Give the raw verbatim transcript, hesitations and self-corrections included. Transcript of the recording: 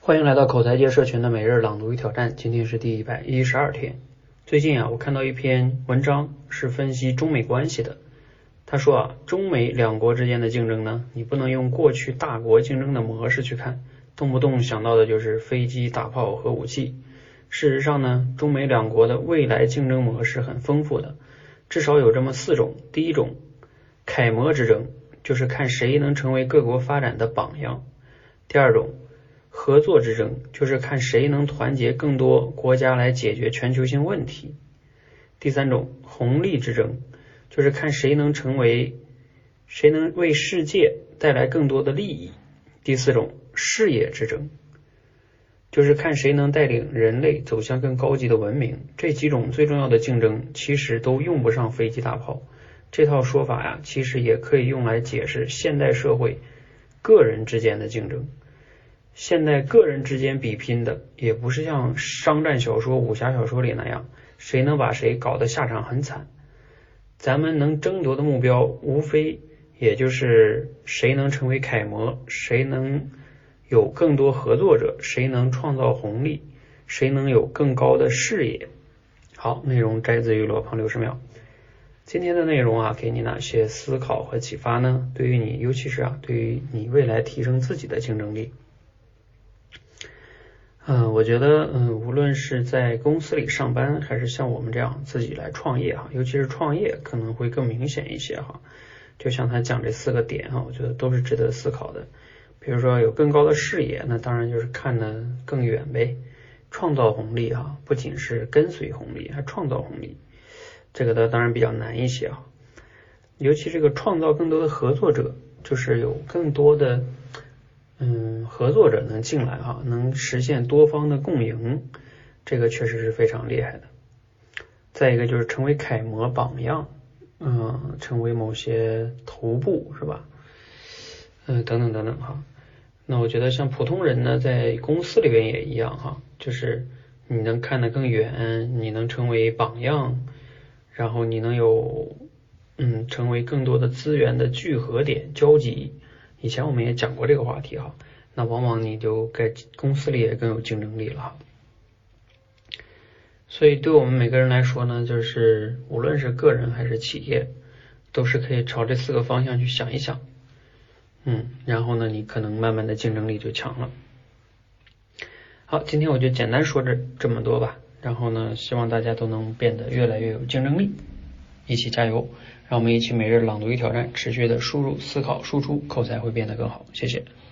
欢迎来到口才界社群的每日朗读与挑战，今天是第一百一十二天。最近啊，我看到一篇文章是分析中美关系的。他说啊，中美两国之间的竞争呢，你不能用过去大国竞争的模式去看，动不动想到的就是飞机、大炮、核武器。事实上呢，中美两国的未来竞争模式很丰富的，至少有这么四种。第一种，楷模之争，就是看谁能成为各国发展的榜样。第二种，合作之争，就是看谁能团结更多国家来解决全球性问题。第三种，红利之争，就是看谁能成为谁能为世界带来更多的利益。第四种，视野之争，就是看谁能带领人类走向更高级的文明。这几种最重要的竞争其实都用不上飞机大炮，这套说法呀，其实也可以用来解释现代社会个人之间的竞争。现在个人之间比拼的也不是像商战小说、武侠小说里那样，谁能把谁搞得下场很惨。咱们能争夺的目标无非也就是谁能成为楷模，谁能有更多合作者，谁能创造红利，谁能有更高的视野。好，内容摘自于罗胖六十秒。今天的内容啊，给你哪些思考和启发呢？对于你，尤其是啊，对于你未来提升自己的竞争力。嗯，我觉得，嗯，无论是在公司里上班，还是像我们这样自己来创业哈，尤其是创业可能会更明显一些哈。就像他讲这四个点哈，我觉得都是值得思考的。比如说有更高的视野，那当然就是看得更远呗。创造红利哈，不仅是跟随红利，还创造红利，这个的当然比较难一些哈。尤其这个创造更多的合作者，就是有更多的。嗯，合作者能进来哈，能实现多方的共赢，这个确实是非常厉害的。再一个就是成为楷模榜样，嗯，成为某些头部是吧？嗯，等等等等哈。那我觉得像普通人呢，在公司里边也一样哈，就是你能看得更远，你能成为榜样，然后你能有嗯，成为更多的资源的聚合点、交集。以前我们也讲过这个话题哈，那往往你就在公司里也更有竞争力了哈。所以对我们每个人来说呢，就是无论是个人还是企业，都是可以朝这四个方向去想一想，嗯，然后呢，你可能慢慢的竞争力就强了。好，今天我就简单说这这么多吧，然后呢，希望大家都能变得越来越有竞争力，一起加油。让我们一起每日朗读与挑战，持续的输入、思考、输出，口才会变得更好。谢谢。